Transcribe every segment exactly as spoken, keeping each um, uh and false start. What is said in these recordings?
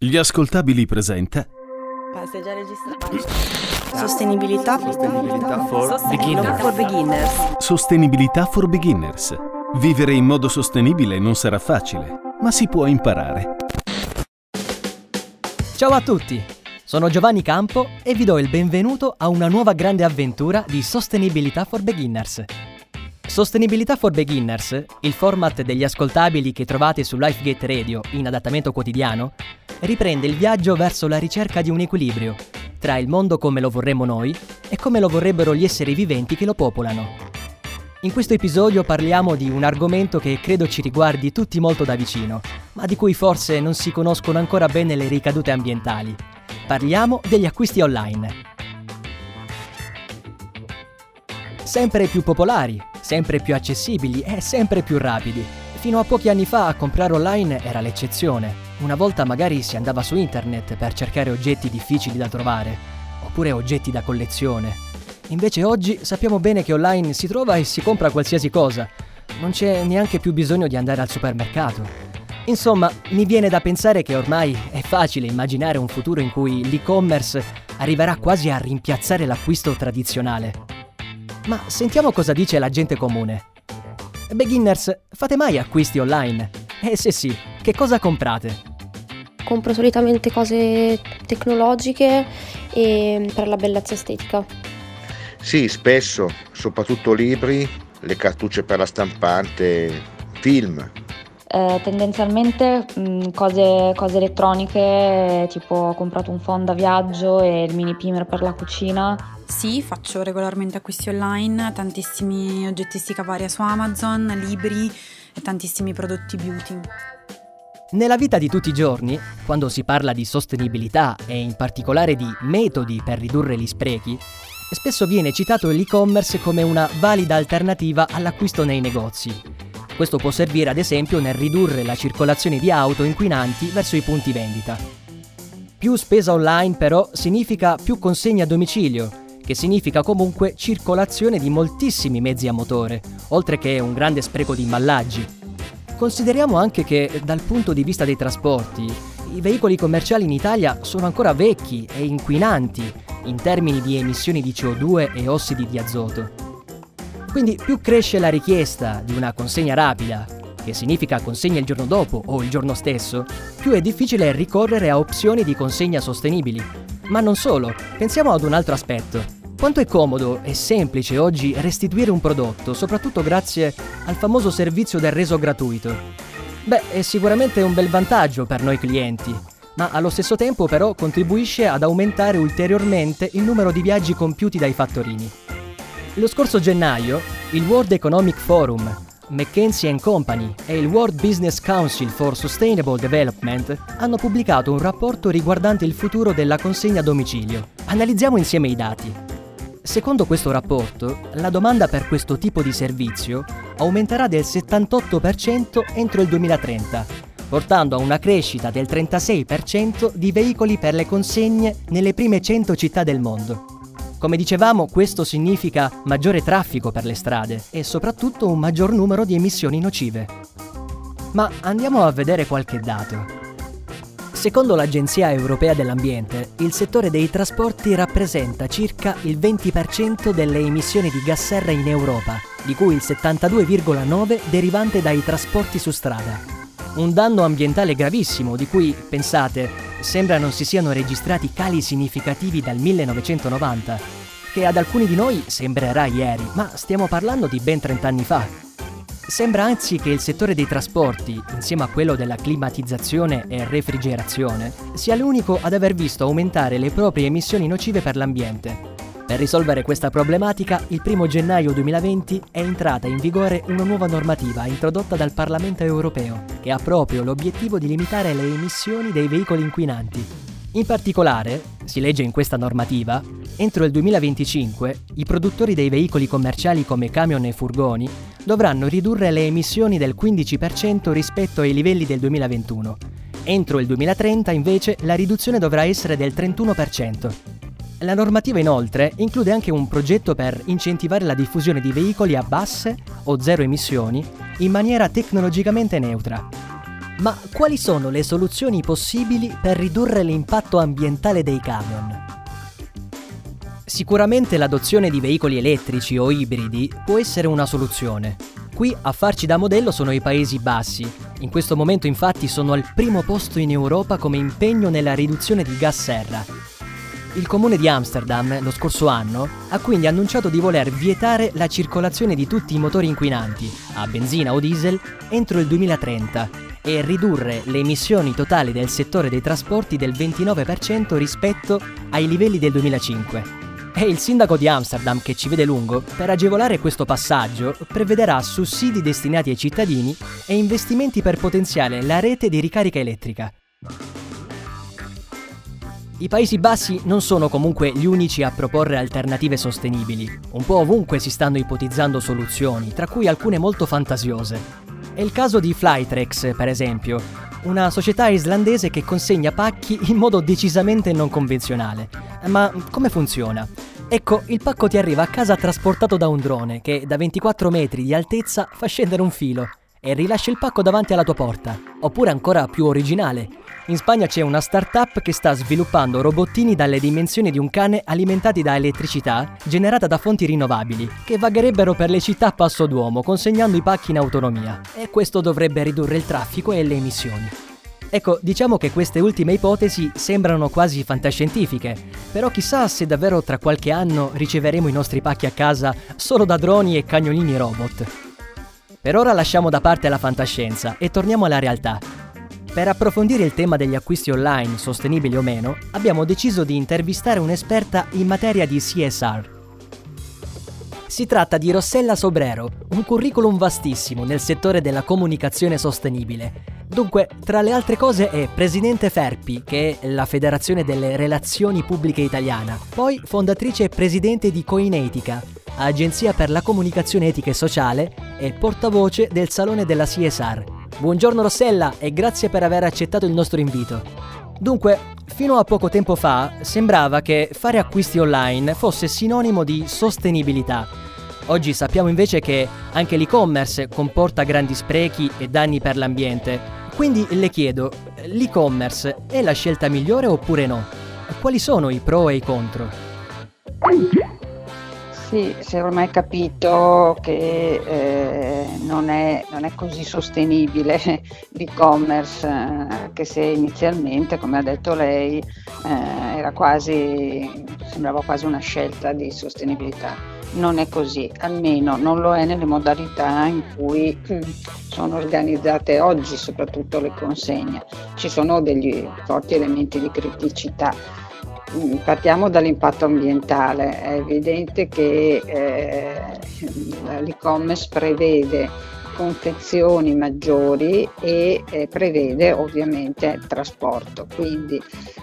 Gli ascoltabili presenta Ah, sei già registrato. Sostenibilità, Sostenibilità for beginners. for beginners. Sostenibilità for Beginners. Vivere in modo sostenibile non sarà facile, ma si può imparare. Ciao a tutti, sono Giovanni Campo e vi do il benvenuto a una nuova grande avventura di Sostenibilità for Beginners. Sostenibilità for Beginners, il format degli ascoltabili che trovate su Lifegate Radio in adattamento quotidiano, riprende il viaggio verso la ricerca di un equilibrio tra il mondo come lo vorremmo noi e come lo vorrebbero gli esseri viventi che lo popolano. In questo episodio parliamo di un argomento che credo ci riguardi tutti molto da vicino, ma di cui forse non si conoscono ancora bene le ricadute ambientali. Parliamo degli acquisti online. Sempre più popolari, sempre più accessibili e sempre più rapidi. Fino a pochi anni fa comprare online era l'eccezione. Una volta magari si andava su internet per cercare oggetti difficili da trovare, oppure oggetti da collezione. Invece oggi sappiamo bene che online si trova e si compra qualsiasi cosa. Non c'è neanche più bisogno di andare al supermercato. Insomma, mi viene da pensare che ormai è facile immaginare un futuro in cui l'e-commerce arriverà quasi a rimpiazzare l'acquisto tradizionale. Ma sentiamo cosa dice la gente comune. Beginners, fate mai acquisti online? E se sì, che cosa comprate? Compro solitamente cose tecnologiche e per la bellezza estetica. Sì, spesso, soprattutto libri, le cartucce per la stampante, film. Eh, tendenzialmente mh, cose, cose elettroniche, tipo ho comprato un phone da viaggio e il mini primer per la cucina. Sì, faccio regolarmente acquisti online, tantissimi oggettistica varia su Amazon, libri e tantissimi prodotti beauty. Nella vita di tutti i giorni, quando si parla di sostenibilità e in particolare di metodi per ridurre gli sprechi, spesso viene citato l'e-commerce come una valida alternativa all'acquisto nei negozi. Questo può servire ad esempio nel ridurre la circolazione di auto inquinanti verso i punti vendita. Più spesa online però significa più consegne a domicilio, che significa comunque circolazione di moltissimi mezzi a motore, oltre che un grande spreco di imballaggi. Consideriamo anche che dal punto di vista dei trasporti, i veicoli commerciali in Italia sono ancora vecchi e inquinanti in termini di emissioni di C O due e ossidi di azoto. Quindi più cresce la richiesta di una consegna rapida, che significa consegna il giorno dopo o il giorno stesso, più è difficile ricorrere a opzioni di consegna sostenibili. Ma non solo, pensiamo ad un altro aspetto. Quanto è comodo e semplice oggi restituire un prodotto, soprattutto grazie al famoso servizio del reso gratuito. Beh, è sicuramente un bel vantaggio per noi clienti, ma allo stesso tempo però contribuisce ad aumentare ulteriormente il numero di viaggi compiuti dai fattorini. Lo scorso gennaio, il World Economic Forum, McKinsey and Company e il World Business Council for Sustainable Development hanno pubblicato un rapporto riguardante il futuro della consegna a domicilio. Analizziamo insieme i dati. Secondo questo rapporto, la domanda per questo tipo di servizio aumenterà del settantotto per cento entro il duemilatrenta, portando a una crescita del trentasei per cento di veicoli per le consegne nelle prime cento città del mondo. Come dicevamo, questo significa maggiore traffico per le strade e soprattutto un maggior numero di emissioni nocive. Ma andiamo a vedere qualche dato. Secondo l'Agenzia Europea dell'Ambiente, il settore dei trasporti rappresenta circa il venti per cento delle emissioni di gas serra in Europa, di cui il settantadue virgola nove per cento derivante dai trasporti su strada. Un danno ambientale gravissimo di cui, pensate, sembra non si siano registrati cali significativi dal millenovecentonovanta, che ad alcuni di noi sembrerà ieri, ma stiamo parlando di ben trent'anni fa. Sembra anzi che il settore dei trasporti, insieme a quello della climatizzazione e refrigerazione, sia l'unico ad aver visto aumentare le proprie emissioni nocive per l'ambiente. Per risolvere questa problematica, il primo gennaio duemilaventi è entrata in vigore una nuova normativa introdotta dal Parlamento europeo, che ha proprio l'obiettivo di limitare le emissioni dei veicoli inquinanti. In particolare, si legge in questa normativa, entro il duemilaventicinque i produttori dei veicoli commerciali come camion e furgoni dovranno ridurre le emissioni del quindici per cento rispetto ai livelli del duemilaventuno. Entro il duemilatrenta, invece, la riduzione dovrà essere del trentuno per cento. La normativa inoltre include anche un progetto per incentivare la diffusione di veicoli a basse o zero emissioni in maniera tecnologicamente neutra. Ma quali sono le soluzioni possibili per ridurre l'impatto ambientale dei camion? Sicuramente l'adozione di veicoli elettrici o ibridi può essere una soluzione. Qui a farci da modello sono i Paesi Bassi. In questo momento infatti sono al primo posto in Europa come impegno nella riduzione di gas serra. Il comune di Amsterdam, lo scorso anno, ha quindi annunciato di voler vietare la circolazione di tutti i motori inquinanti, a benzina o diesel, entro il duemilatrenta e ridurre le emissioni totali del settore dei trasporti del ventinove per cento rispetto ai livelli del duemilacinque. E il sindaco di Amsterdam, che ci vede lungo, per agevolare questo passaggio prevederà sussidi destinati ai cittadini e investimenti per potenziare la rete di ricarica elettrica. I Paesi Bassi non sono comunque gli unici a proporre alternative sostenibili. Un po' ovunque si stanno ipotizzando soluzioni, tra cui alcune molto fantasiose. È il caso di Flytrex, per esempio, una società islandese che consegna pacchi in modo decisamente non convenzionale. Ma come funziona? Ecco, il pacco ti arriva a casa trasportato da un drone che da ventiquattro metri di altezza fa scendere un filo e rilascia il pacco davanti alla tua porta. Oppure ancora più originale, in Spagna c'è una startup che sta sviluppando robottini dalle dimensioni di un cane alimentati da elettricità generata da fonti rinnovabili, che vagherebbero per le città a passo d'uomo consegnando i pacchi in autonomia. E questo dovrebbe ridurre il traffico e le emissioni. Ecco, diciamo che queste ultime ipotesi sembrano quasi fantascientifiche, però chissà se davvero tra qualche anno riceveremo i nostri pacchi a casa solo da droni e cagnolini robot. Per ora lasciamo da parte la fantascienza e torniamo alla realtà. Per approfondire il tema degli acquisti online, sostenibili o meno, abbiamo deciso di intervistare un'esperta in materia di C S R. Si tratta di Rossella Sobrero, un curriculum vastissimo nel settore della comunicazione sostenibile. Dunque, tra le altre cose è presidente FERPI, che è la Federazione delle Relazioni Pubbliche Italiana, poi fondatrice e presidente di Coinetica, agenzia per la comunicazione etica e sociale, e portavoce del Salone della C S R. Buongiorno Rossella e grazie per aver accettato il nostro invito. Dunque, fino a poco tempo fa sembrava che fare acquisti online fosse sinonimo di sostenibilità. Oggi sappiamo invece che anche l'e-commerce comporta grandi sprechi e danni per l'ambiente. Quindi le chiedo, l'e-commerce è la scelta migliore oppure no? Quali sono i pro e i contro? Sì, si è ormai capito che eh, non è, non è così sostenibile l'e-commerce, eh, che se inizialmente, come ha detto lei, eh, era quasi, sembrava quasi una scelta di sostenibilità. Non è così, almeno non lo è nelle modalità in cui sono organizzate oggi, soprattutto le consegne. Ci sono degli forti elementi di criticità. Partiamo dall'impatto ambientale. È evidente che eh, l'e-commerce prevede confezioni maggiori e eh, prevede ovviamente trasporto. Quindi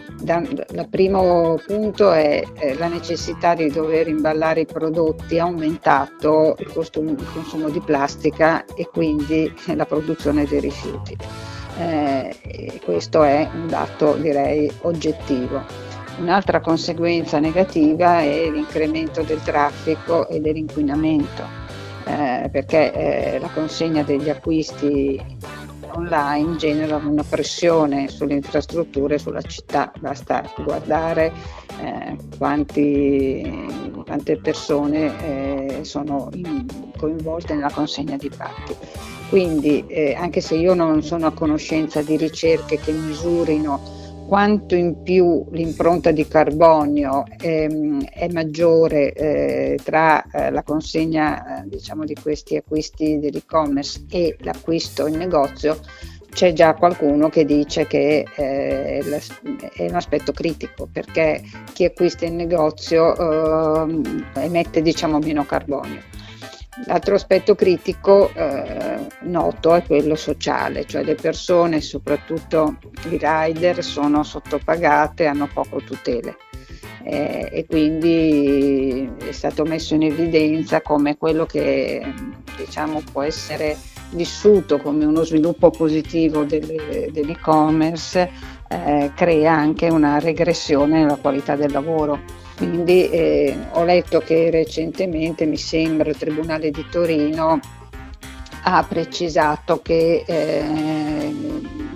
il primo punto è eh, la necessità di dover imballare i prodotti, ha aumentato il, costume, il consumo di plastica e quindi eh, la produzione dei rifiuti. Eh, e questo è un dato, direi, oggettivo. Un'altra conseguenza negativa è l'incremento del traffico e dell'inquinamento, eh, perché eh, la consegna degli acquisti online genera una pressione sulle infrastrutture e sulla città. Basta guardare eh, quanti, quante persone eh, sono in, coinvolte nella consegna di pacchi. Quindi eh, anche se io non sono a conoscenza di ricerche che misurino quanto in più l'impronta di carbonio ehm, è maggiore eh, tra eh, la consegna eh, diciamo di questi acquisti dell'e-commerce e l'acquisto in negozio, c'è già qualcuno che dice che eh, è un aspetto critico, perché chi acquista in negozio eh, emette diciamo meno carbonio. L'altro aspetto critico eh, noto è quello sociale, cioè le persone, soprattutto i rider, sono sottopagate, hanno poco tutele eh, e quindi è stato messo in evidenza come quello che diciamo può essere vissuto come uno sviluppo positivo del, dell'e-commerce eh, crea anche una regressione nella qualità del lavoro. Quindi eh, ho letto che recentemente, mi sembra, il Tribunale di Torino ha precisato che eh,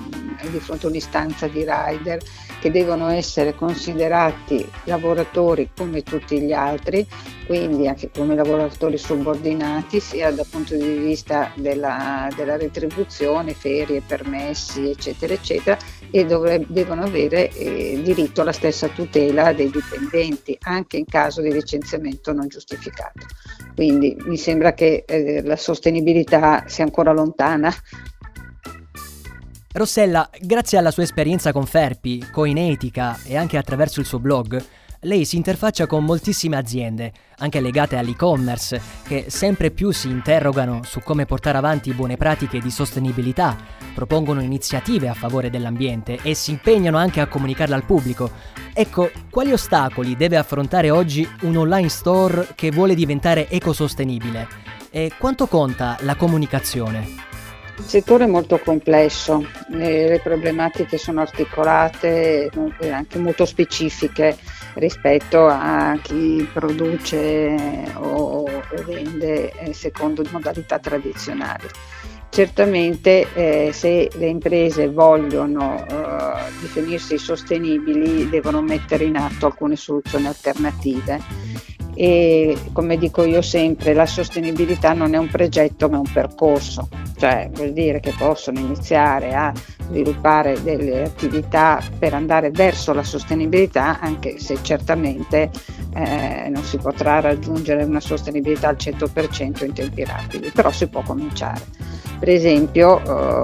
di fronte a un'istanza di rider, che devono essere considerati lavoratori come tutti gli altri, quindi anche come lavoratori subordinati, sia dal punto di vista della, della retribuzione, ferie, permessi, eccetera, eccetera, e dovre, devono avere eh, diritto alla stessa tutela dei dipendenti, anche in caso di licenziamento non giustificato. Quindi mi sembra che eh, la sostenibilità sia ancora lontana. Rossella, grazie alla sua esperienza con Ferpi, Coinetica e anche attraverso il suo blog, lei si interfaccia con moltissime aziende, anche legate all'e-commerce, che sempre più si interrogano su come portare avanti buone pratiche di sostenibilità, propongono iniziative a favore dell'ambiente e si impegnano anche a comunicarle al pubblico. Ecco, quali ostacoli deve affrontare oggi un online store che vuole diventare ecosostenibile? E quanto conta la comunicazione? Il settore è molto complesso, le problematiche sono articolate e anche molto specifiche rispetto a chi produce o, o vende secondo modalità tradizionali. Certamente eh, se le imprese vogliono eh, definirsi sostenibili devono mettere in atto alcune soluzioni alternative. E come dico io sempre, la sostenibilità non è un progetto ma è un percorso, cioè vuol dire che possono iniziare a sviluppare delle attività per andare verso la sostenibilità, anche se certamente eh, non si potrà raggiungere una sostenibilità al cento per cento in tempi rapidi, però si può cominciare, per esempio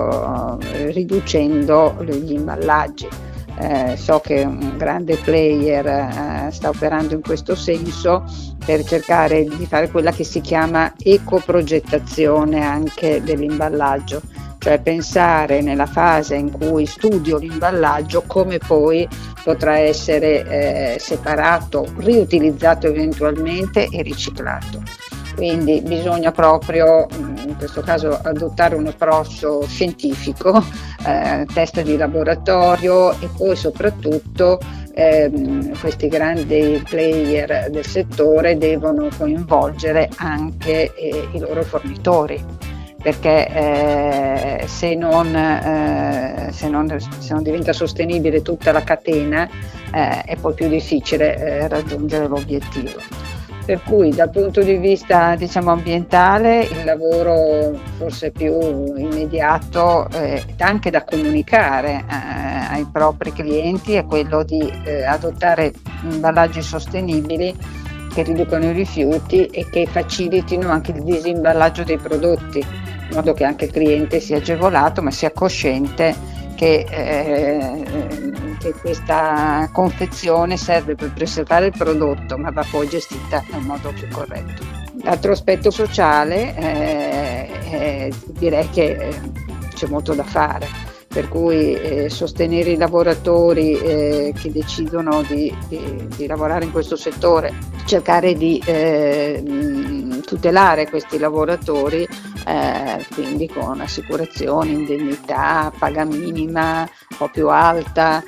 eh, riducendo gli imballaggi. Eh, so che un grande player eh, sta operando in questo senso per cercare di fare quella che si chiama ecoprogettazione anche dell'imballaggio, cioè pensare nella fase in cui studio l'imballaggio come poi potrà essere eh, separato, riutilizzato eventualmente e riciclato. Quindi bisogna proprio, in questo caso, adottare un approccio scientifico, eh, test di laboratorio e poi soprattutto ehm, questi grandi player del settore devono coinvolgere anche eh, i loro fornitori, perché eh, se, non, eh, se, non, se non diventa sostenibile tutta la catena eh, è poi più difficile eh, raggiungere l'obiettivo. Per cui dal punto di vista, diciamo, ambientale il lavoro forse più immediato eh, anche da comunicare eh, ai propri clienti è quello di eh, adottare imballaggi sostenibili che riducano i rifiuti e che facilitino anche il disimballaggio dei prodotti, in modo che anche il cliente sia agevolato ma sia cosciente che, eh, che questa confezione serve per preservare il prodotto ma va poi gestita nel modo più corretto. L'altro aspetto sociale eh, eh, direi che eh, c'è molto da fare, per cui eh, sostenere i lavoratori eh, che decidono di, di, di lavorare in questo settore, cercare di eh, tutelare questi lavoratori, eh, quindi con assicurazioni, indennità, paga minima un po' più alta,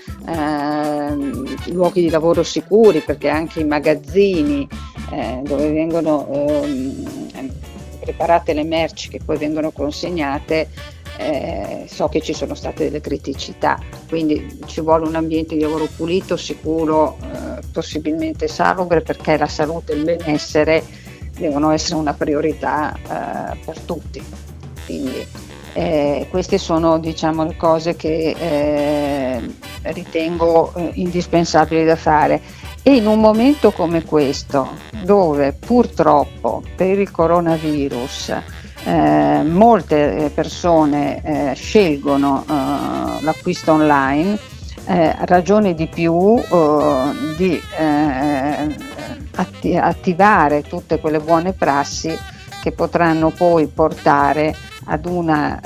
eh, luoghi di lavoro sicuri, perché anche i magazzini eh, dove vengono eh, preparate le merci che poi vengono consegnate, Eh, so che ci sono state delle criticità, quindi ci vuole un ambiente di lavoro pulito, sicuro, eh, possibilmente salubre, perché la salute e il benessere devono essere una priorità eh, per tutti. Quindi eh, queste sono, diciamo, le cose che eh, ritengo eh, indispensabili da fare. E in un momento come questo, dove purtroppo per il coronavirus Eh, molte persone eh, scelgono eh, l'acquisto online, eh, ragione di più eh, di eh, atti- attivare tutte quelle buone prassi che potranno poi portare ad una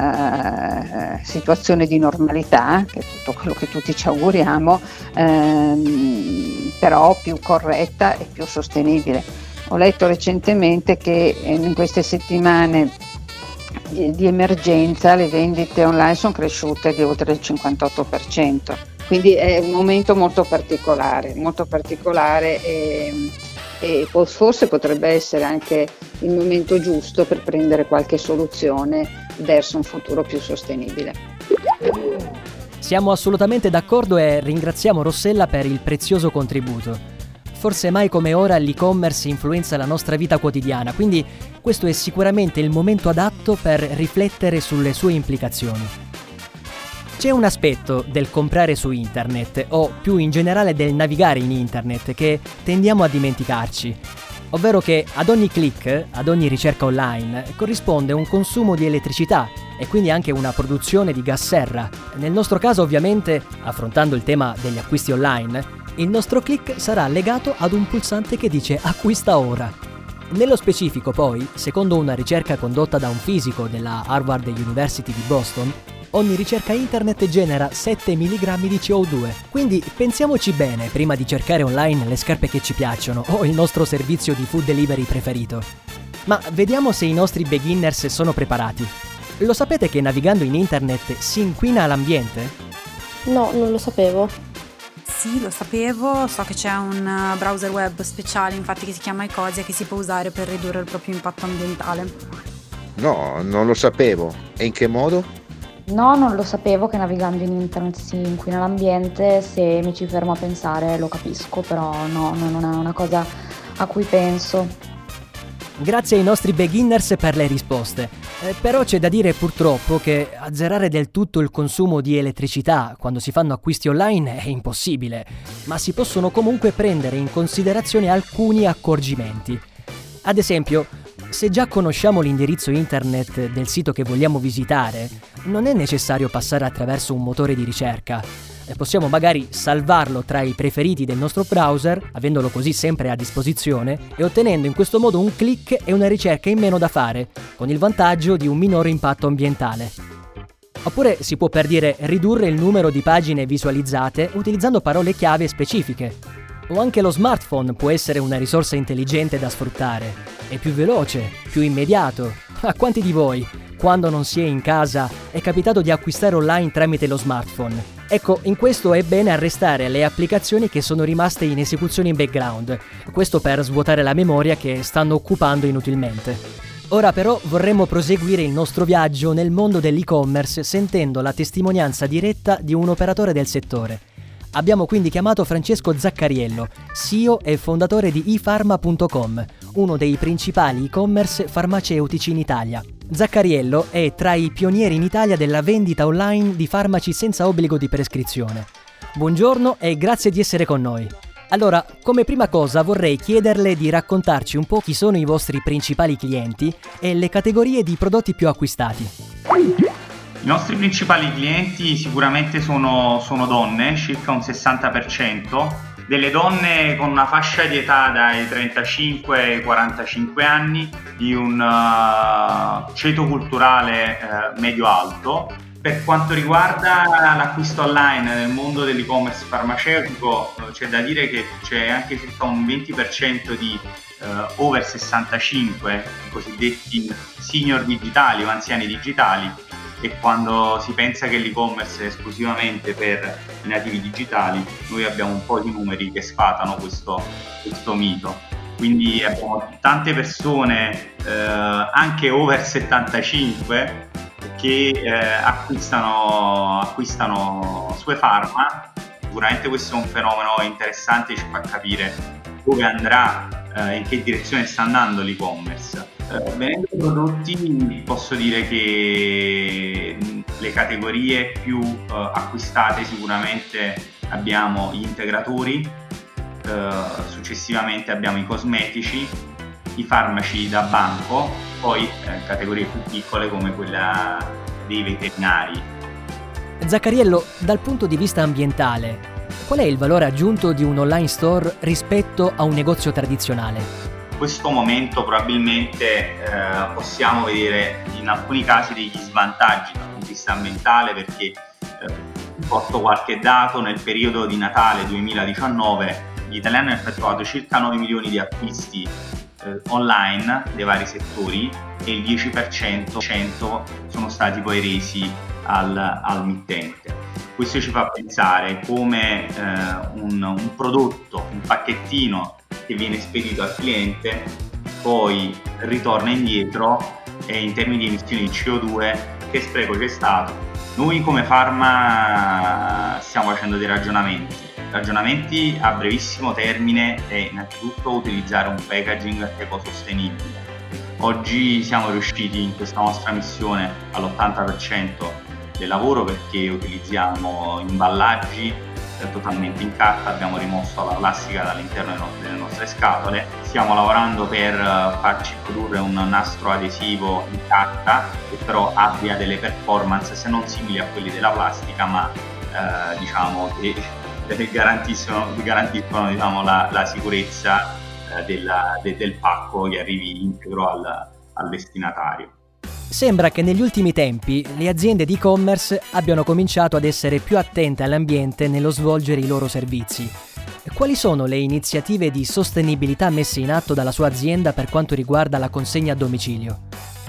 eh, situazione di normalità, che è tutto quello che tutti ci auguriamo, ehm, però più corretta e più sostenibile. Ho letto recentemente che in queste settimane di, di emergenza le vendite online sono cresciute di oltre il cinquantotto per cento, quindi è un momento molto particolare, molto particolare e, e forse potrebbe essere anche il momento giusto per prendere qualche soluzione verso un futuro più sostenibile. Siamo assolutamente d'accordo e ringraziamo Rossella per il prezioso contributo. Forse mai come ora l'e-commerce influenza la nostra vita quotidiana, quindi questo è sicuramente il momento adatto per riflettere sulle sue implicazioni. C'è un aspetto del comprare su internet, o più in generale del navigare in internet, che tendiamo a dimenticarci, ovvero che ad ogni click, ad ogni ricerca online, corrisponde un consumo di elettricità e quindi anche una produzione di gas serra. Nel nostro caso, ovviamente, affrontando il tema degli acquisti online, il nostro click sarà legato ad un pulsante che dice acquista ora. Nello specifico, poi, secondo una ricerca condotta da un fisico della Harvard University di Boston, ogni ricerca internet genera sette milligrammi di C O due. Quindi pensiamoci bene prima di cercare online le scarpe che ci piacciono o il nostro servizio di food delivery preferito. Ma vediamo se i nostri beginners sono preparati. Lo sapete che navigando in internet si inquina l'ambiente? No, non lo sapevo. Sì, lo sapevo, so che c'è un browser web speciale, infatti, che si chiama Ecosia, che si può usare per ridurre il proprio impatto ambientale. No, non lo sapevo. E in che modo? No, non lo sapevo che navigando in internet si inquina l'ambiente. Se mi ci fermo a pensare lo capisco, però no, no, non è una cosa a cui penso. Grazie ai nostri beginners per le risposte. Eh, però c'è da dire purtroppo che azzerare del tutto il consumo di elettricità quando si fanno acquisti online è impossibile, ma si possono comunque prendere in considerazione alcuni accorgimenti. Ad esempio, se già conosciamo l'indirizzo internet del sito che vogliamo visitare, non è necessario passare attraverso un motore di ricerca. Possiamo magari salvarlo tra i preferiti del nostro browser, avendolo così sempre a disposizione, e ottenendo in questo modo un click e una ricerca in meno da fare, con il vantaggio di un minore impatto ambientale. Oppure si può, per dire, ridurre il numero di pagine visualizzate utilizzando parole chiave specifiche. O anche lo smartphone può essere una risorsa intelligente da sfruttare. È più veloce, più immediato. A quanti di voi, quando non si è in casa, è capitato di acquistare online tramite lo smartphone? Ecco, in questo è bene arrestare le applicazioni che sono rimaste in esecuzione in background, questo per svuotare la memoria che stanno occupando inutilmente. Ora però vorremmo proseguire il nostro viaggio nel mondo dell'e-commerce sentendo la testimonianza diretta di un operatore del settore. Abbiamo quindi chiamato Francesco Zaccariello, C E O e fondatore di i farma punto com, uno dei principali e-commerce farmaceutici in Italia. Zaccariello è tra i pionieri in Italia della vendita online di farmaci senza obbligo di prescrizione. Buongiorno e grazie di essere con noi. Allora, come prima cosa vorrei chiederle di raccontarci un po' chi sono i vostri principali clienti e le categorie di prodotti più acquistati. I nostri principali clienti sicuramente sono, sono donne, circa un sessanta per cento, delle donne con una fascia di età dai trentacinque ai quarantacinque anni, di un uh, ceto culturale uh, medio-alto. Per quanto riguarda l'acquisto online nel mondo dell'e-commerce farmaceutico, c'è da dire che c'è anche circa un venti per cento di uh, over sessantacinque, i cosiddetti senior digitali o anziani digitali, e quando si pensa che l'e-commerce è esclusivamente per i nativi digitali, noi abbiamo un po' di numeri che sfatano questo, questo mito. Quindi abbiamo tante persone, eh, anche over settantacinque, che eh, acquistano, acquistano Sue Pharma. Sicuramente questo è un fenomeno interessante, ci fa capire dove andrà, eh, in che direzione sta andando l'e-commerce. Eh, venendo ai prodotti, posso dire che le categorie più eh, acquistate sicuramente abbiamo gli integratori, eh, successivamente abbiamo i cosmetici, i farmaci da banco, poi eh, categorie più piccole come quella dei veterinari. Zaccariello, dal punto di vista ambientale, qual è il valore aggiunto di un online store rispetto a un negozio tradizionale? In questo momento probabilmente eh, possiamo vedere in alcuni casi degli svantaggi dal punto di vista ambientale, perché eh, porto qualche dato: nel periodo di Natale duemiladiciannove gli italiani hanno effettuato circa nove milioni di acquisti eh, online dei vari settori e il dieci per cento sono stati poi resi al, al mittente. Questo ci fa pensare come eh, un, un prodotto, un pacchettino che viene spedito al cliente, poi ritorna indietro, e in termini di emissioni di C O due che spreco c'è stato. Noi come Pharma stiamo facendo dei ragionamenti, ragionamenti a brevissimo termine e innanzitutto utilizzare un packaging ecosostenibile. Oggi siamo riusciti in questa nostra missione all'ottanta per cento del lavoro perché utilizziamo imballaggi eh, totalmente in carta, abbiamo rimosso la plastica dall'interno delle nostre, delle nostre scatole. Stiamo lavorando per uh, farci produrre un nastro adesivo in carta che però abbia delle performance se non simili a quelli della plastica, ma eh, diciamo che garantiscono, garantiscono diciamo, la, la sicurezza eh, della, de, del pacco che arrivi integro al, al destinatario. Sembra che negli ultimi tempi le aziende di e-commerce abbiano cominciato ad essere più attente all'ambiente nello svolgere i loro servizi. Quali sono le iniziative di sostenibilità messe in atto dalla sua azienda per quanto riguarda la consegna a domicilio?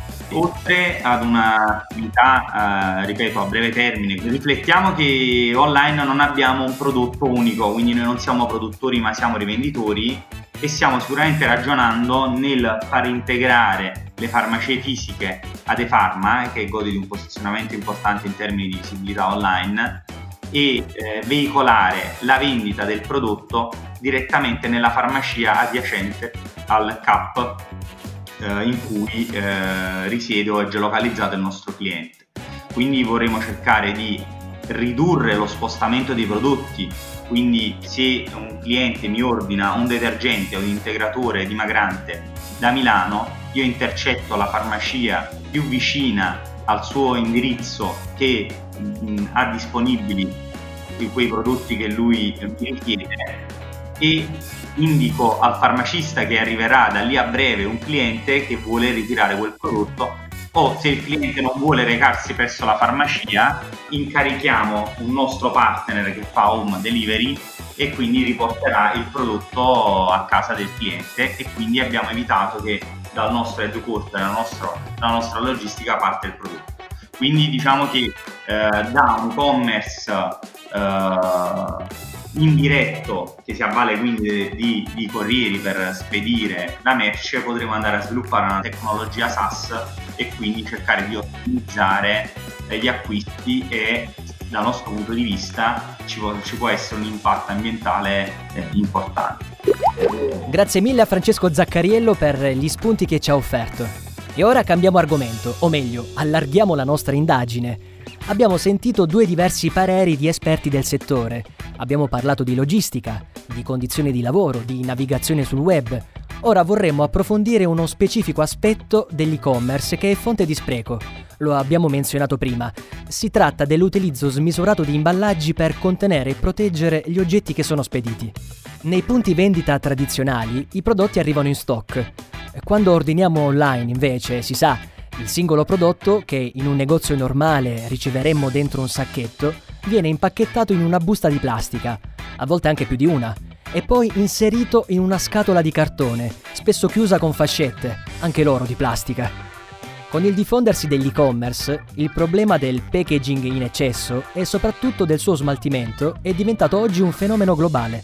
Oltre ad un'attività, eh, ripeto, a breve termine, riflettiamo che online non abbiamo un prodotto unico, quindi noi non siamo produttori ma siamo rivenditori e stiamo sicuramente ragionando nel far integrare le farmacie fisiche ad ePharma, che gode di un posizionamento importante in termini di visibilità online, e eh, veicolare la vendita del prodotto direttamente nella farmacia adiacente al C A P eh, in cui eh, risiede o è geolocalizzato il nostro cliente. Quindi vorremmo cercare di ridurre lo spostamento dei prodotti, quindi se un cliente mi ordina un detergente o un integratore dimagrante da Milano, io intercetto la farmacia più vicina al suo indirizzo che mh, ha disponibili quei prodotti che lui mi richiede e indico al farmacista che arriverà da lì a breve un cliente che vuole ritirare quel prodotto, o se il cliente non vuole recarsi presso la farmacia incarichiamo un nostro partner che fa home delivery e quindi riporterà il prodotto a casa del cliente, e quindi abbiamo evitato che dal nostro headquarter, dalla nostra, dalla nostra logistica parte il prodotto. Quindi diciamo che eh, da un e-commerce eh, indiretto che si avvale quindi di, di corrieri per spedire la merce, potremo andare a sviluppare una tecnologia SaaS e quindi cercare di ottimizzare gli acquisti, e dal nostro punto di vista ci può, ci può essere un impatto ambientale eh, importante. Grazie mille a Francesco Zaccariello per gli spunti che ci ha offerto. E ora cambiamo argomento, o meglio, allarghiamo la nostra indagine. Abbiamo sentito due diversi pareri di esperti del settore. Abbiamo parlato di logistica, di condizioni di lavoro, di navigazione sul web. Ora vorremmo approfondire uno specifico aspetto dell'e-commerce che è fonte di spreco. Lo abbiamo menzionato prima. Si tratta dell'utilizzo smisurato di imballaggi per contenere e proteggere gli oggetti che sono spediti. Nei punti vendita tradizionali i prodotti arrivano in stock. Quando ordiniamo online, invece, si sa, il singolo prodotto, che in un negozio normale riceveremmo dentro un sacchetto, viene impacchettato in una busta di plastica, a volte anche più di una, e poi inserito in una scatola di cartone, spesso chiusa con fascette, anche loro di plastica. Con il diffondersi dell'e-commerce, il problema del packaging in eccesso e soprattutto del suo smaltimento è diventato oggi un fenomeno globale.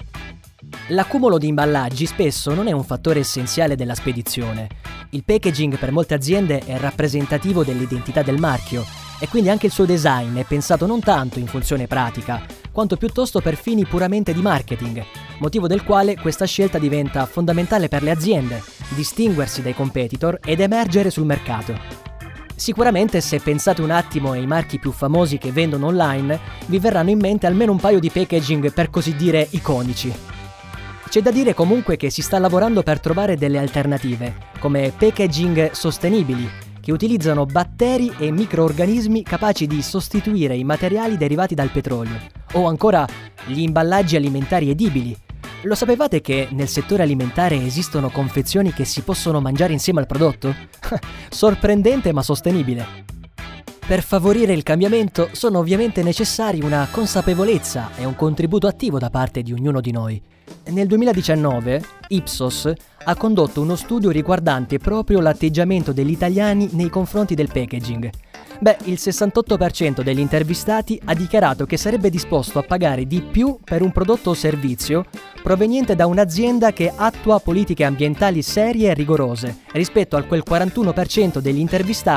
L'accumulo di imballaggi spesso non è un fattore essenziale della spedizione. Il packaging per molte aziende è rappresentativo dell'identità del marchio e quindi anche il suo design è pensato non tanto in funzione pratica, quanto piuttosto per fini puramente di marketing, motivo del quale questa scelta diventa fondamentale per le aziende, distinguersi dai competitor ed emergere sul mercato. Sicuramente se pensate un attimo ai marchi più famosi che vendono online, vi verranno in mente almeno un paio di packaging per così dire iconici. C'è da dire comunque che si sta lavorando per trovare delle alternative, come packaging sostenibili, che utilizzano batteri e microorganismi capaci di sostituire i materiali derivati dal petrolio, o ancora gli imballaggi alimentari edibili. Lo sapevate che nel settore alimentare esistono confezioni che si possono mangiare insieme al prodotto? Sorprendente ma sostenibile. Per favorire il cambiamento sono ovviamente necessari una consapevolezza e un contributo attivo da parte di ognuno di noi. Nel duemiladiciannove Ipsos ha condotto uno studio riguardante proprio l'atteggiamento degli italiani nei confronti del packaging. Beh, il sessantotto per cento degli intervistati ha dichiarato che sarebbe disposto a pagare di più per un prodotto o servizio proveniente da un'azienda che attua politiche ambientali serie e rigorose, rispetto al quel quarantuno per cento degli intervistati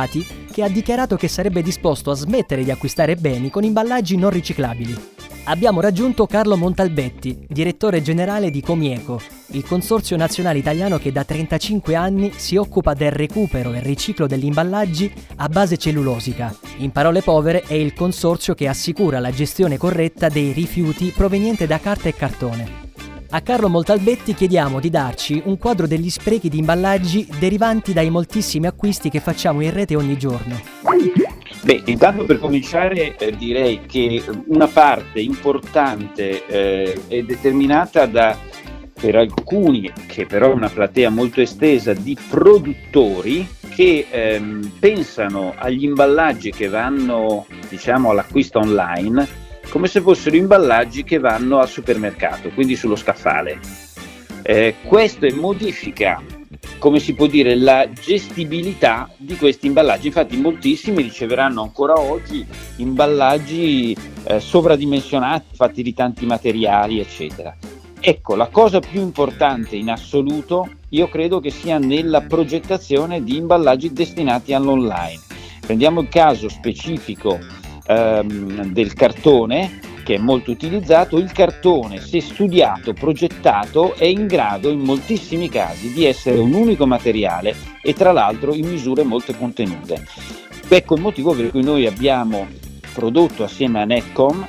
che ha dichiarato che sarebbe disposto a smettere di acquistare beni con imballaggi non riciclabili. Abbiamo raggiunto Carlo Montalbetti, direttore generale di Comieco, il consorzio nazionale italiano che da trentacinque anni si occupa del recupero e riciclo degli imballaggi a base cellulosica. In parole povere, è il consorzio che assicura la gestione corretta dei rifiuti provenienti da carta e cartone. A Carlo Montalbetti chiediamo di darci un quadro degli sprechi di imballaggi derivanti dai moltissimi acquisti che facciamo in rete ogni giorno. Beh, intanto per cominciare eh, direi che una parte importante eh, è determinata da, per alcuni, che però è una platea molto estesa, di produttori che ehm, pensano agli imballaggi che vanno, diciamo, all'acquisto online come se fossero imballaggi che vanno al supermercato, quindi sullo scaffale. Eh, questo modifica, come si può dire, la gestibilità di questi imballaggi. Infatti moltissimi riceveranno ancora oggi imballaggi eh, sovradimensionati, fatti di tanti materiali, eccetera. Ecco, la cosa più importante in assoluto io credo che sia nella progettazione di imballaggi destinati all'online. Prendiamo il caso specifico ehm, del cartone, che è molto utilizzato. Il cartone, se studiato, progettato, è in grado in moltissimi casi di essere un unico materiale e tra l'altro in misure molto contenute. Ecco il motivo per cui noi abbiamo prodotto assieme a Netcom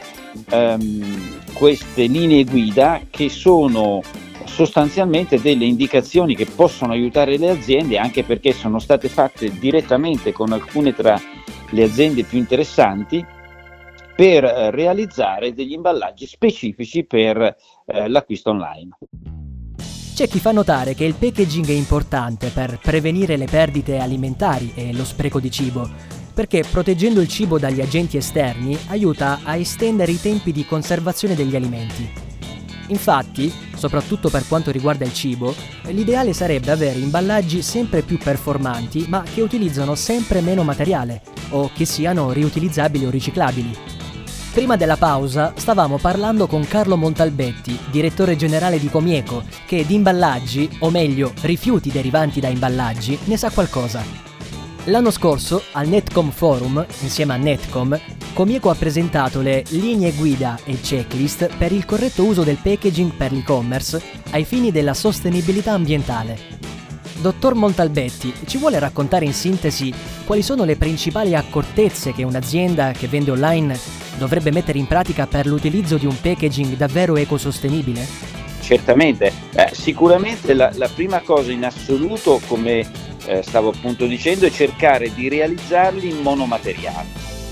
ehm, queste linee guida, che sono sostanzialmente delle indicazioni che possono aiutare le aziende, anche perché sono state fatte direttamente con alcune tra le aziende più interessanti, per realizzare degli imballaggi specifici per eh, l'acquisto online. C'è chi fa notare che il packaging è importante per prevenire le perdite alimentari e lo spreco di cibo, perché proteggendo il cibo dagli agenti esterni aiuta a estendere i tempi di conservazione degli alimenti. Infatti, soprattutto per quanto riguarda il cibo, l'ideale sarebbe avere imballaggi sempre più performanti ma che utilizzano sempre meno materiale o che siano riutilizzabili o riciclabili. Prima della pausa stavamo parlando con Carlo Montalbetti, direttore generale di Comieco, che di imballaggi, o meglio rifiuti derivanti da imballaggi, ne sa qualcosa. L'anno scorso, al Netcom Forum, insieme a Netcom, Comieco ha presentato le linee guida e checklist per il corretto uso del packaging per l'e-commerce ai fini della sostenibilità ambientale. Dottor Montalbetti, ci vuole raccontare in sintesi quali sono le principali accortezze che un'azienda che vende online dovrebbe mettere in pratica per l'utilizzo di un packaging davvero ecosostenibile? Certamente, eh, sicuramente la, la prima cosa in assoluto, come eh, stavo appunto dicendo, è cercare di realizzarli in monomateriale.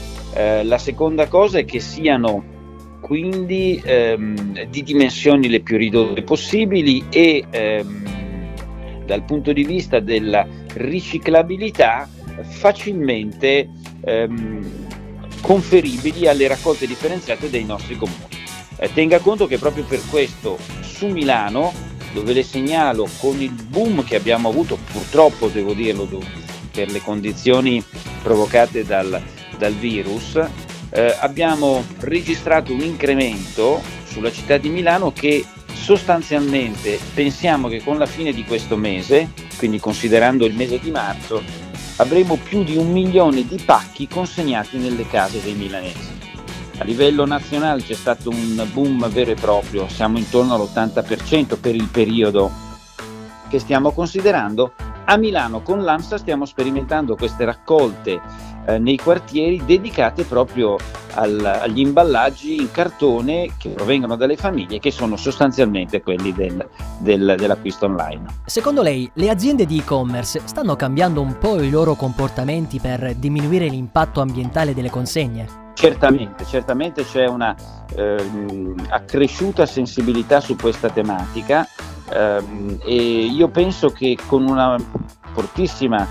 Eh, la seconda cosa è che siano quindi ehm, di dimensioni le più ridotte possibili e ehm, dal punto di vista della riciclabilità facilmente ehm, conferibili alle raccolte differenziate dei nostri comuni. Eh, tenga conto che proprio per questo su Milano, dove le segnalo con il boom che abbiamo avuto, purtroppo devo dirlo, per le condizioni provocate dal, dal virus, eh, abbiamo registrato un incremento sulla città di Milano che sostanzialmente pensiamo che con la fine di questo mese, quindi considerando il mese di marzo, avremo più di un milione di pacchi consegnati nelle case dei milanesi. A livello nazionale c'è stato un boom vero e proprio, siamo intorno all'ottanta per cento per il periodo che stiamo considerando. A Milano con l'ANSA stiamo sperimentando queste raccolte eh, nei quartieri dedicate proprio al, agli imballaggi in cartone che provengono dalle famiglie, che sono sostanzialmente quelli del, del, dell'acquisto online. Secondo lei le aziende di e-commerce stanno cambiando un po' i loro comportamenti per diminuire l'impatto ambientale delle consegne? Certamente, certamente c'è una ehm, accresciuta sensibilità su questa tematica ehm, e io penso che con una fortissima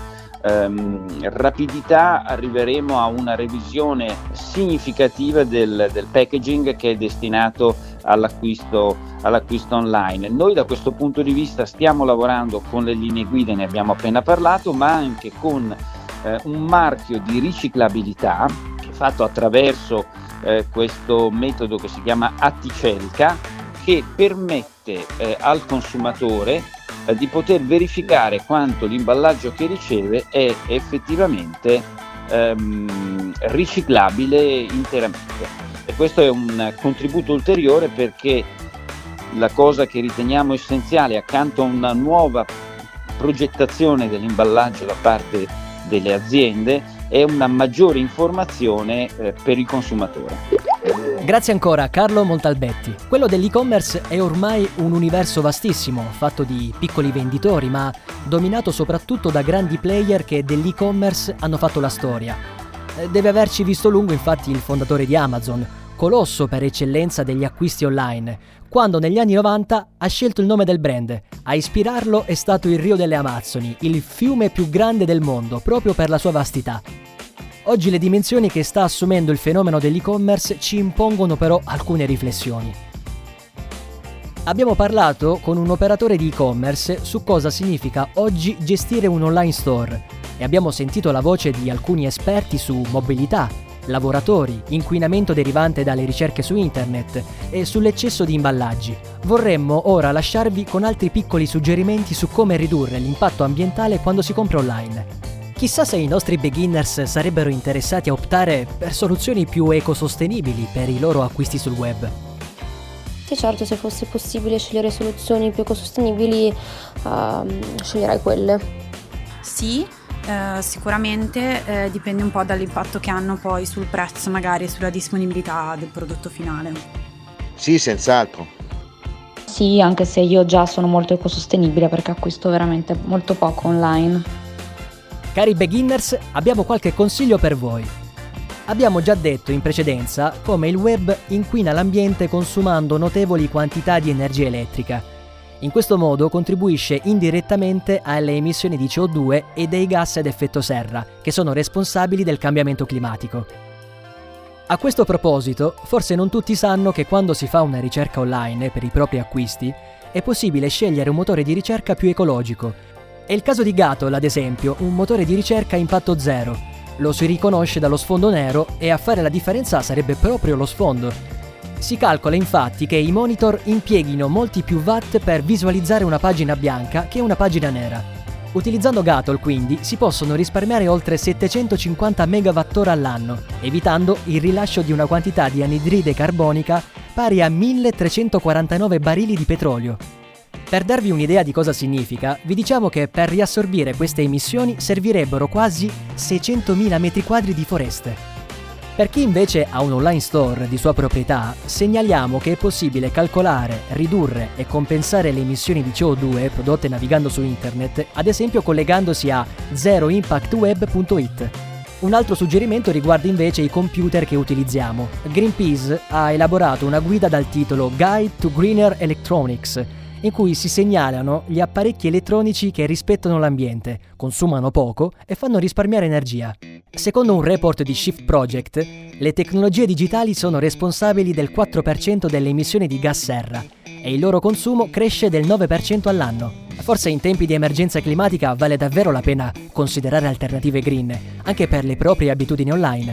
ehm, rapidità arriveremo a una revisione significativa del, del packaging che è destinato all'acquisto, all'acquisto online. Noi da questo punto di vista stiamo lavorando con le linee guida, ne abbiamo appena parlato, ma anche con eh, un marchio di riciclabilità fatto attraverso eh, questo metodo che si chiama Atticelca, che permette eh, al consumatore eh, di poter verificare quanto l'imballaggio che riceve è effettivamente ehm, riciclabile interamente. E questo è un contributo ulteriore, perché la cosa che riteniamo essenziale, accanto a una nuova progettazione dell'imballaggio da parte delle aziende, è una maggiore informazione eh, per il consumatore. Grazie ancora Carlo Montalbetti. Quello dell'e-commerce è ormai un universo vastissimo, fatto di piccoli venditori, ma dominato soprattutto da grandi player che dell'e-commerce hanno fatto la storia. Deve averci visto lungo infatti il fondatore di Amazon, colosso per eccellenza degli acquisti online, quando negli anni novanta ha scelto il nome del brand. A ispirarlo è stato il Rio delle Amazzoni, il fiume più grande del mondo, proprio per la sua vastità. Oggi le dimensioni che sta assumendo il fenomeno dell'e-commerce ci impongono però alcune riflessioni. Abbiamo parlato con un operatore di e-commerce su cosa significa oggi gestire un online store e abbiamo sentito la voce di alcuni esperti su mobilità, lavoratori, inquinamento derivante dalle ricerche su internet e sull'eccesso di imballaggi. Vorremmo ora lasciarvi con altri piccoli suggerimenti su come ridurre l'impatto ambientale quando si compra online. Chissà se i nostri beginners sarebbero interessati a optare per soluzioni più ecosostenibili per i loro acquisti sul web. Sì, certo, se fosse possibile scegliere soluzioni più ecosostenibili, uh, sceglierei quelle. Sì, eh, sicuramente eh, dipende un po' dall'impatto che hanno poi sul prezzo, magari sulla disponibilità del prodotto finale. Sì, senz'altro. Sì, anche se io già sono molto ecosostenibile perché acquisto veramente molto poco online. Cari beginners, abbiamo qualche consiglio per voi. Abbiamo già detto in precedenza come il web inquina l'ambiente consumando notevoli quantità di energia elettrica. In questo modo contribuisce indirettamente alle emissioni di C O due e dei gas ad effetto serra, che sono responsabili del cambiamento climatico. A questo proposito, forse non tutti sanno che quando si fa una ricerca online per i propri acquisti, è possibile scegliere un motore di ricerca più ecologico. È il caso di Gatol, ad esempio, un motore di ricerca a impatto zero. Lo si riconosce dallo sfondo nero e a fare la differenza sarebbe proprio lo sfondo. Si calcola infatti che i monitor impieghino molti più watt per visualizzare una pagina bianca che una pagina nera. Utilizzando Gatol, quindi, si possono risparmiare oltre settecentocinquanta megawattora all'anno, evitando il rilascio di una quantità di anidride carbonica pari a milletrecentoquarantanove barili di petrolio. Per darvi un'idea di cosa significa, vi diciamo che per riassorbire queste emissioni servirebbero quasi seicentomila metri quadri di foreste. Per chi invece ha un online store di sua proprietà, segnaliamo che è possibile calcolare, ridurre e compensare le emissioni di C O due prodotte navigando su internet, ad esempio collegandosi a zero impact web punto it. Un altro suggerimento riguarda invece i computer che utilizziamo. Greenpeace ha elaborato una guida dal titolo Guide to Greener Electronics, in cui si segnalano gli apparecchi elettronici che rispettano l'ambiente, consumano poco e fanno risparmiare energia. Secondo un report di Shift Project, le tecnologie digitali sono responsabili del quattro per cento delle emissioni di gas serra e il loro consumo cresce del nove per cento all'anno. Forse in tempi di emergenza climatica vale davvero la pena considerare alternative green, anche per le proprie abitudini online.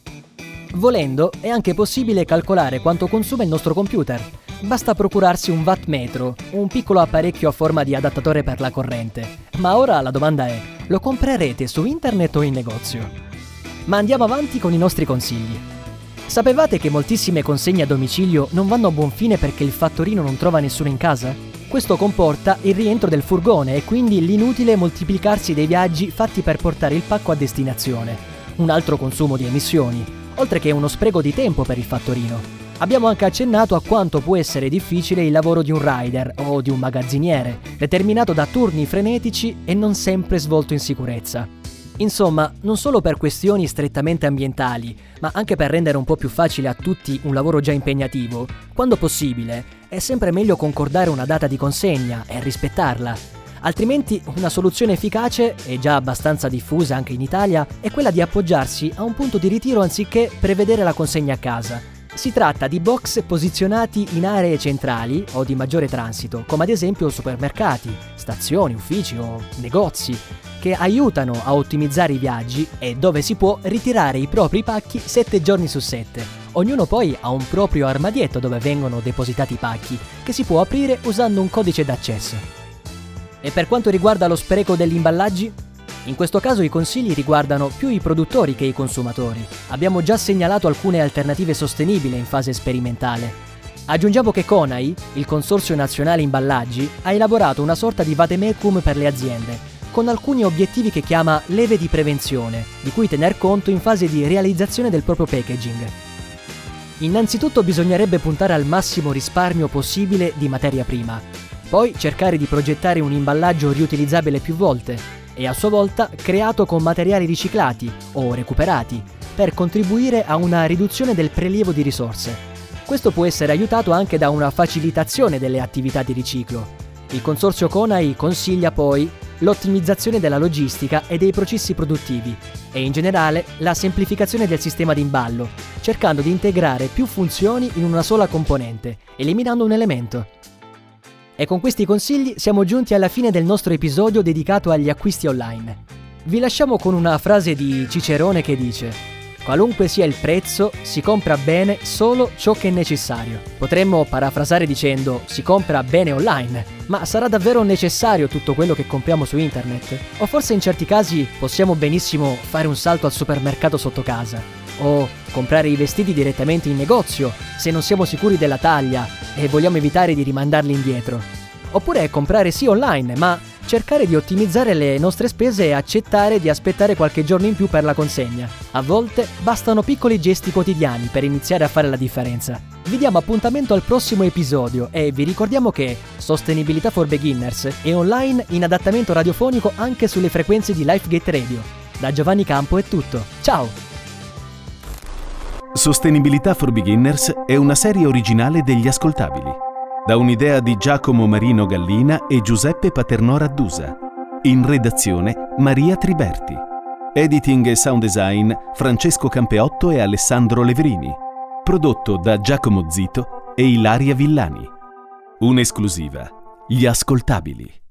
Volendo, è anche possibile calcolare quanto consuma il nostro computer. Basta procurarsi un wattmetro, un piccolo apparecchio a forma di adattatore per la corrente. Ma ora la domanda è, lo comprerete su internet o in negozio? Ma andiamo avanti con i nostri consigli. Sapevate che moltissime consegne a domicilio non vanno a buon fine perché il fattorino non trova nessuno in casa? Questo comporta il rientro del furgone e quindi l'inutile moltiplicarsi dei viaggi fatti per portare il pacco a destinazione. Un altro consumo di emissioni, oltre che uno spreco di tempo per il fattorino. Abbiamo anche accennato a quanto può essere difficile il lavoro di un rider o di un magazziniere, determinato da turni frenetici e non sempre svolto in sicurezza. Insomma, non solo per questioni strettamente ambientali, ma anche per rendere un po' più facile a tutti un lavoro già impegnativo, quando possibile, è sempre meglio concordare una data di consegna e rispettarla. Altrimenti una soluzione efficace, e già abbastanza diffusa anche in Italia, è quella di appoggiarsi a un punto di ritiro anziché prevedere la consegna a casa. Si tratta di box posizionati in aree centrali o di maggiore transito, come ad esempio supermercati, stazioni, uffici o negozi, che aiutano a ottimizzare i viaggi e dove si può ritirare i propri pacchi sette giorni su sette. Ognuno poi ha un proprio armadietto dove vengono depositati i pacchi, che si può aprire usando un codice d'accesso. E per quanto riguarda lo spreco degli imballaggi? In questo caso i consigli riguardano più i produttori che i consumatori. Abbiamo già segnalato alcune alternative sostenibili in fase sperimentale. Aggiungiamo che CONAI, il Consorzio Nazionale Imballaggi, ha elaborato una sorta di vademecum per le aziende, con alcuni obiettivi che chiama leve di prevenzione, di cui tener conto in fase di realizzazione del proprio packaging. Innanzitutto bisognerebbe puntare al massimo risparmio possibile di materia prima, poi cercare di progettare un imballaggio riutilizzabile più volte, e a sua volta creato con materiali riciclati o recuperati per contribuire a una riduzione del prelievo di risorse. Questo può essere aiutato anche da una facilitazione delle attività di riciclo. Il consorzio CONAI consiglia poi l'ottimizzazione della logistica e dei processi produttivi e in generale la semplificazione del sistema di imballo, cercando di integrare più funzioni in una sola componente, eliminando un elemento. E con questi consigli siamo giunti alla fine del nostro episodio dedicato agli acquisti online. Vi lasciamo con una frase di Cicerone che dice: qualunque sia il prezzo, si compra bene solo ciò che è necessario. Potremmo parafrasare dicendo: si compra bene online, ma sarà davvero necessario tutto quello che compriamo su internet? O forse in certi casi possiamo benissimo fare un salto al supermercato sotto casa? O comprare i vestiti direttamente in negozio se non siamo sicuri della taglia e vogliamo evitare di rimandarli indietro? Oppure comprare sì online, ma cercare di ottimizzare le nostre spese e accettare di aspettare qualche giorno in più per la consegna. A volte bastano piccoli gesti quotidiani per iniziare a fare la differenza. Vi diamo appuntamento al prossimo episodio e vi ricordiamo che Sostenibilità for Beginners è online in adattamento radiofonico anche sulle frequenze di LifeGate Radio. Da Giovanni Campo è tutto. Ciao! Sostenibilità for Beginners è una serie originale degli Ascoltabili, da un'idea di Giacomo Marino Gallina e Giuseppe Paternò Raddusa. In redazione Maria Triberti. Editing e sound design Francesco Campeotto e Alessandro Leverini. Prodotto da Giacomo Zito e Ilaria Villani. Un'esclusiva. Gli Ascoltabili.